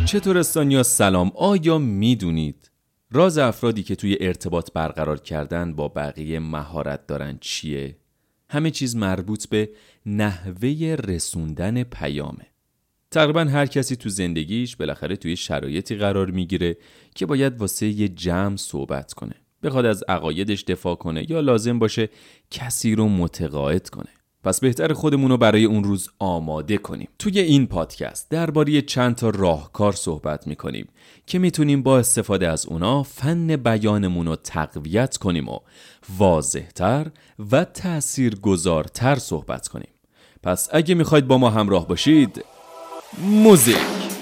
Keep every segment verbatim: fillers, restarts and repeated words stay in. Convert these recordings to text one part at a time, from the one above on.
چطورستان یا سلام. آیا میدونید راز افرادی که توی ارتباط برقرار کردن با بقیه مهارت دارن چیه؟ همه چیز مربوط به نحوه رسوندن پیامه. تقریبا هر کسی تو زندگیش بالاخره توی شرایطی قرار میگیره که باید واسه یه جمع صحبت کنه، بخواد از عقایدش دفاع کنه یا لازم باشه کسی رو متقاعد کنه. پس بهتر خودمون رو برای اون روز آماده کنیم. توی این پادکست درباره چند تا راهکار صحبت میکنیم که میتونیم با استفاده از اونا فن بیانمون رو تقویت کنیم و واضح‌تر و تأثیرگذارتر صحبت کنیم. پس اگه میخواید با ما همراه باشید، موزیک.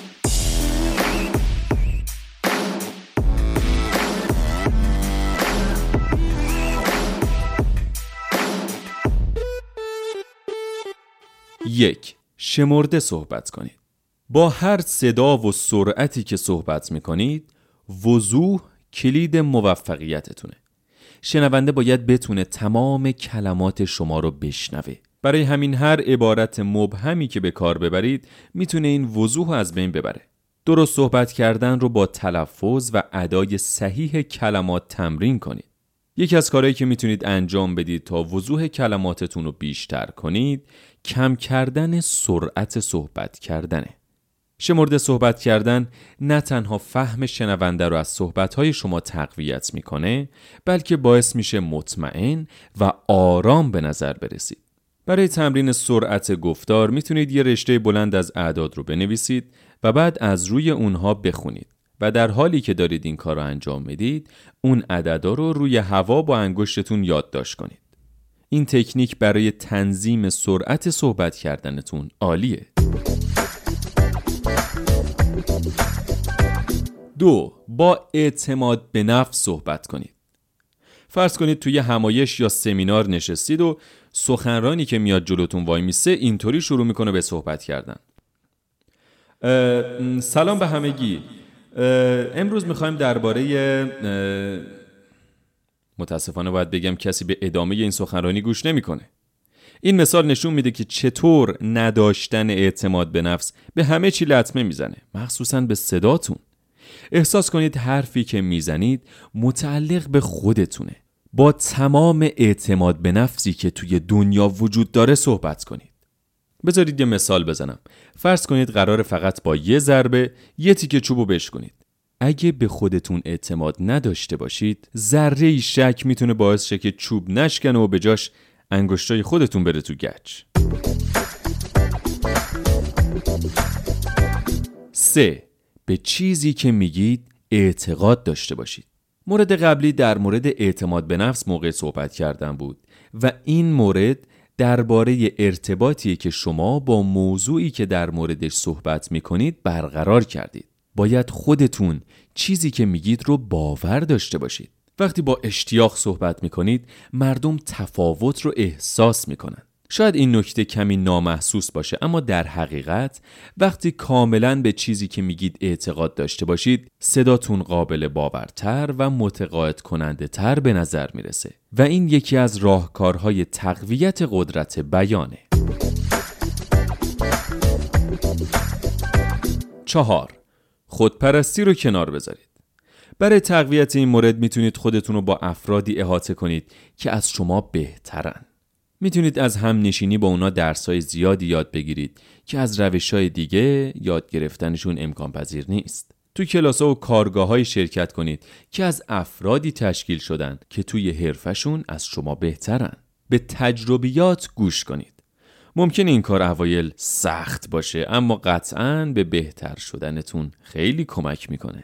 یک، شمرده صحبت کنید. با هر صدا و سرعتی که صحبت میکنید، وضوح کلید موفقیتتونه. شنونده باید بتونه تمام کلمات شما رو بشنوه. برای همین هر عبارت مبهمی که به کار ببرید میتونه این وضوح از بین ببره. درست صحبت کردن رو با تلفظ و ادای صحیح کلمات تمرین کنید. یکی از کارهایی که میتونید انجام بدید تا وضوح کلماتتون رو بیشتر کنید، کم کردن سرعت صحبت کردنه. شمرده صحبت کردن نه تنها فهم شنونده رو از صحبت‌های شما تقویت میکنه، بلکه باعث میشه مطمئن و آرام به نظر برسید. برای تمرین سرعت گفتار میتونید یه رشته بلند از اعداد رو بنویسید و بعد از روی اونها بخونید و در حالی که دارید این کار رو انجام میدید، اون عددا رو روی هوا با انگشتتون یادداشت کنید. این تکنیک برای تنظیم سرعت صحبت کردنتون عالیه. دو، با اعتماد به نفس صحبت کنید. فرض کنید توی همایش یا سمینار نشستید و سخنرانی که میاد جلوتون وای میسه اینطوری شروع میکنه به صحبت کردن. سلام به همگی. امروز میخوایم درباره متاسفانه باید بگم کسی به ادامه این سخنرانی گوش نمیکنه. این مثال نشون میده که چطور نداشتن اعتماد به نفس به همه چی لطمه میزنه، مخصوصاً به صداتون. احساس کنید حرفی که میزنید متعلق به خودتونه. با تمام اعتماد به نفسی که توی دنیا وجود داره صحبت کنید. بذارید یه مثال بزنم. فرض کنید قراره فقط با یه ضربه یه تیکه چوبو بشکنید. اگه به خودتون اعتماد نداشته باشید، ذره‌ای شک میتونه باعث شه که چوب نشکنه و به جاش انگشتای خودتون بره تو گچ. سه، به چیزی که میگید اعتقاد داشته باشید. مورد قبلی در مورد اعتماد به نفس موقع صحبت کردن بود و این مورد درباره ارتباطی که شما با موضوعی که در موردش صحبت میکنید برقرار کردید. باید خودتون چیزی که میگید رو باور داشته باشید. وقتی با اشتیاق صحبت میکنید، مردم تفاوت رو احساس میکنن. شاید این نکته کمی نامحسوس باشه، اما در حقیقت وقتی کاملاً به چیزی که میگید اعتقاد داشته باشید، صداتون قابل باورتر و متقاعد کننده تر به نظر میرسه و این یکی از راهکارهای تقویت قدرت بیانه. چهار، خودپرستی رو کنار بذارید. برای تقویت این مورد میتونید خودتون رو با افرادی احاطه کنید که از شما بهترن. میتونید از هم نشینی با اونا درسای زیادی یاد بگیرید که از روش‌های دیگه یاد گرفتنشون امکان پذیر نیست. تو کلاس‌ها و کارگاه‌های شرکت کنید که از افرادی تشکیل شدن که توی حرفشون از شما بهترن. به تجربیات گوش کنید. ممکنه این کار اوایل سخت باشه، اما قطعاً به بهتر شدنتون خیلی کمک میکنه.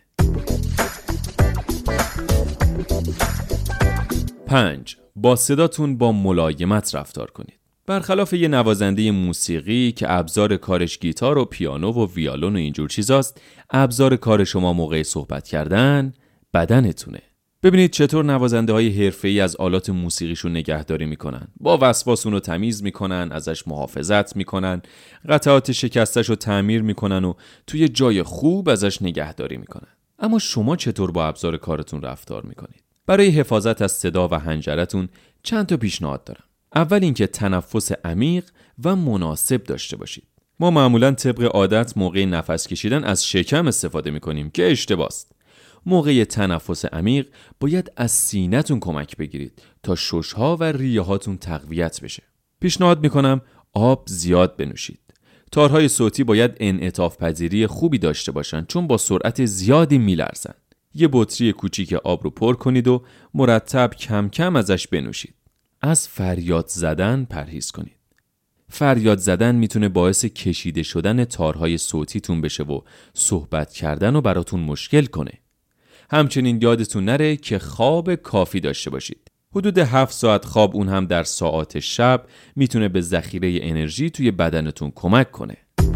پنج، با صداتون با ملایمت رفتار کنید. برخلاف یه نوازنده موسیقی که ابزار کارش گیتار و پیانو و ویولون و اینجور چیزاست، ابزار کار شما موقع صحبت کردن بدنتونه. ببینید چطور نوازنده های حرفه‌ای از آلات موسیقیشون نگهداری میکنن. با وسواسون رو تمیز میکنن، ازش محافظت میکنن، قطعات شکستش رو تعمیر میکنن و توی جای خوب ازش نگهداری میکنن. اما شما چطور با ابزار کارتون رفتار میکنید؟ برای حفاظت از صدا و حنجرتون چند تا پیشنهاد دارم. اول اینکه تنفس عمیق و مناسب داشته باشید. ما معمولاً طبق عادت موقع نفس کشیدن از شکم استفاده می‌کنیم که اشتباهست. موقع تنفس عمیق باید از سینه‌تون کمک بگیرید تا شش‌ها و ریه‌هاتون تقویت بشه. پیشنهاد می‌کنم آب زیاد بنوشید. تارهای صوتی باید انعطاف پذیری خوبی داشته باشن چون با سرعت زیادی میلرزن. یه بطری کوچیک آب رو پر کنید و مرتب کم کم ازش بنوشید. از فریاد زدن پرهیز کنید. فریاد زدن میتونه باعث کشیده شدن تارهای صوتیتون بشه و صحبت کردن رو براتون مشکل کنه. همچنین یادتون نره که خواب کافی داشته باشید. حدود هفت ساعت خواب، اون هم در ساعات شب، میتونه به ذخیره انرژی توی بدنتون کمک کنه.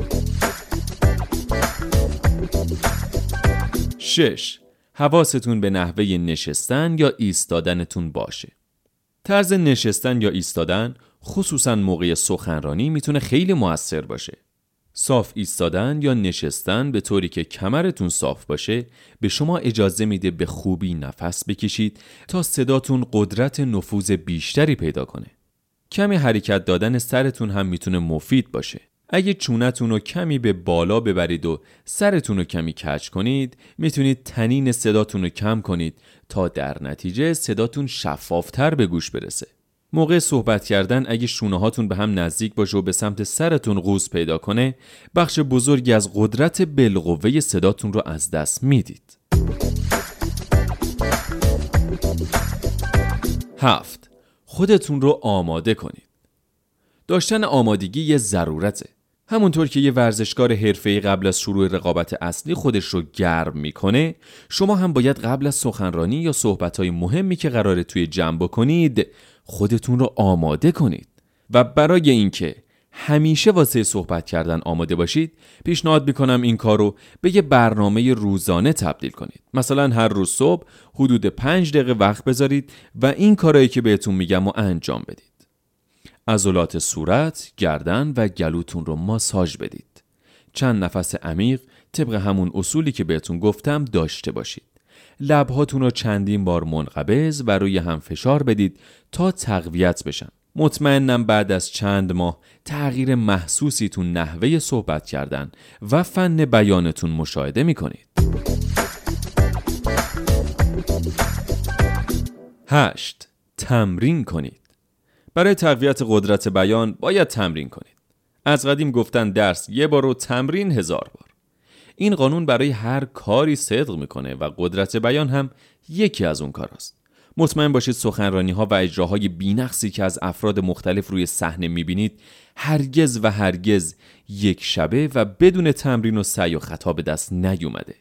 شش. حواستون به نحوه نشستن یا ایستادنتون باشه. طرز نشستن یا ایستادن خصوصاً موقع سخنرانی میتونه خیلی مؤثر باشه. صاف ایستادن یا نشستن به طوری که کمرتون صاف باشه به شما اجازه میده به خوبی نفس بکشید تا صداتون قدرت نفوذ بیشتری پیدا کنه. کمی حرکت دادن سرتون هم میتونه مفید باشه. اگه چونتون رو کمی به بالا ببرید و سرتون رو کمی کج کنید، میتونید تنین صداتون رو کم کنید تا در نتیجه صداتون شفافتر به گوش برسه. موقع صحبت کردن اگه شونه هاتون به هم نزدیک باشه و به سمت سرتون قوس پیدا کنه، بخش بزرگی از قدرت بالقوه صداتون رو از دست میدید. هفت. خودتون رو آماده کنید. داشتن آمادگی یه ضرورته. همونطور که یه ورزشکار حرفه‌ای قبل از شروع رقابت اصلی خودش رو گرم میکنه، شما هم باید قبل از سخنرانی یا صحبت‌های مهمی که قراره توی جمع بکنید خودتون رو آماده کنید. و برای اینکه همیشه واسه صحبت کردن آماده باشید، پیشنهاد میکنم این کار رو به یه برنامه روزانه تبدیل کنید. مثلا هر روز صبح حدود پنج دقیقه وقت بذارید و این کارهایی که بهتون میگم رو انجام بدید. عضلات صورت، گردن و گلوتون رو ماساژ بدید. چند نفس عمیق طبق همون اصولی که بهتون گفتم داشته باشید. لبهاتون رو چندین بار منقبض و روی هم فشار بدید تا تقویت بشن. مطمئنم بعد از چند ماه تغییر محسوسی تو نحوه صحبت کردن و فن بیانتون مشاهده میکنید. هشت. تمرین کنید. برای تقویت قدرت بیان باید تمرین کنید. از قدیم گفتن درس یه بار و تمرین هزار بار. این قانون برای هر کاری صدق میکنه و قدرت بیان هم یکی از اون کاراست. مطمئن باشید سخنرانی ها و اجراهای بی‌نقصی که از افراد مختلف روی صحنه میبینید هرگز و هرگز یک شبه و بدون تمرین و سعی و خطا به دست نیومده.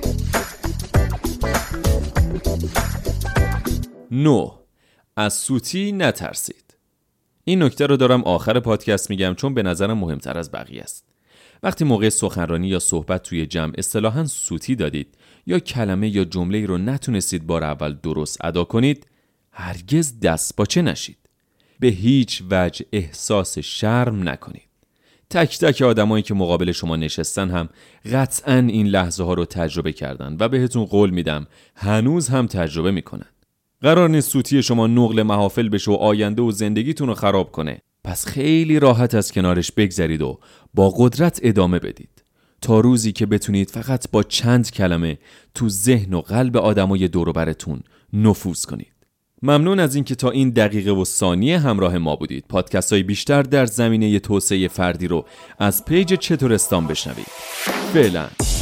نه. از سوتی نترسید. این نکته رو دارم آخر پادکست میگم چون به نظرم مهمتر از بقیه است. وقتی موقع سخنرانی یا صحبت توی جمع اصطلاحاً سوتی دادید یا کلمه یا جمله‌ای رو نتونستید بار اول درست ادا کنید، هرگز دست باچه نشید. به هیچ وجه احساس شرم نکنید. تک تک آدمایی که مقابل شما نشستن هم قطعاً این لحظه ها رو تجربه کردن و بهتون قول میدم هنوز هم تجربه میکنن. قرار نیست سوتی شما نقل محافل بشه و آینده و زندگیتون رو خراب کنه. پس خیلی راحت از کنارش بگذرید و با قدرت ادامه بدید تا روزی که بتونید فقط با چند کلمه تو ذهن و قلب آدمای دور و برتون نفوذ کنید. ممنون از اینکه تا این دقیقه و ثانیه همراه ما بودید. پادکست‌های بیشتر در زمینه توسعه فردی رو از پیج چطورستان بشنوید. فعلا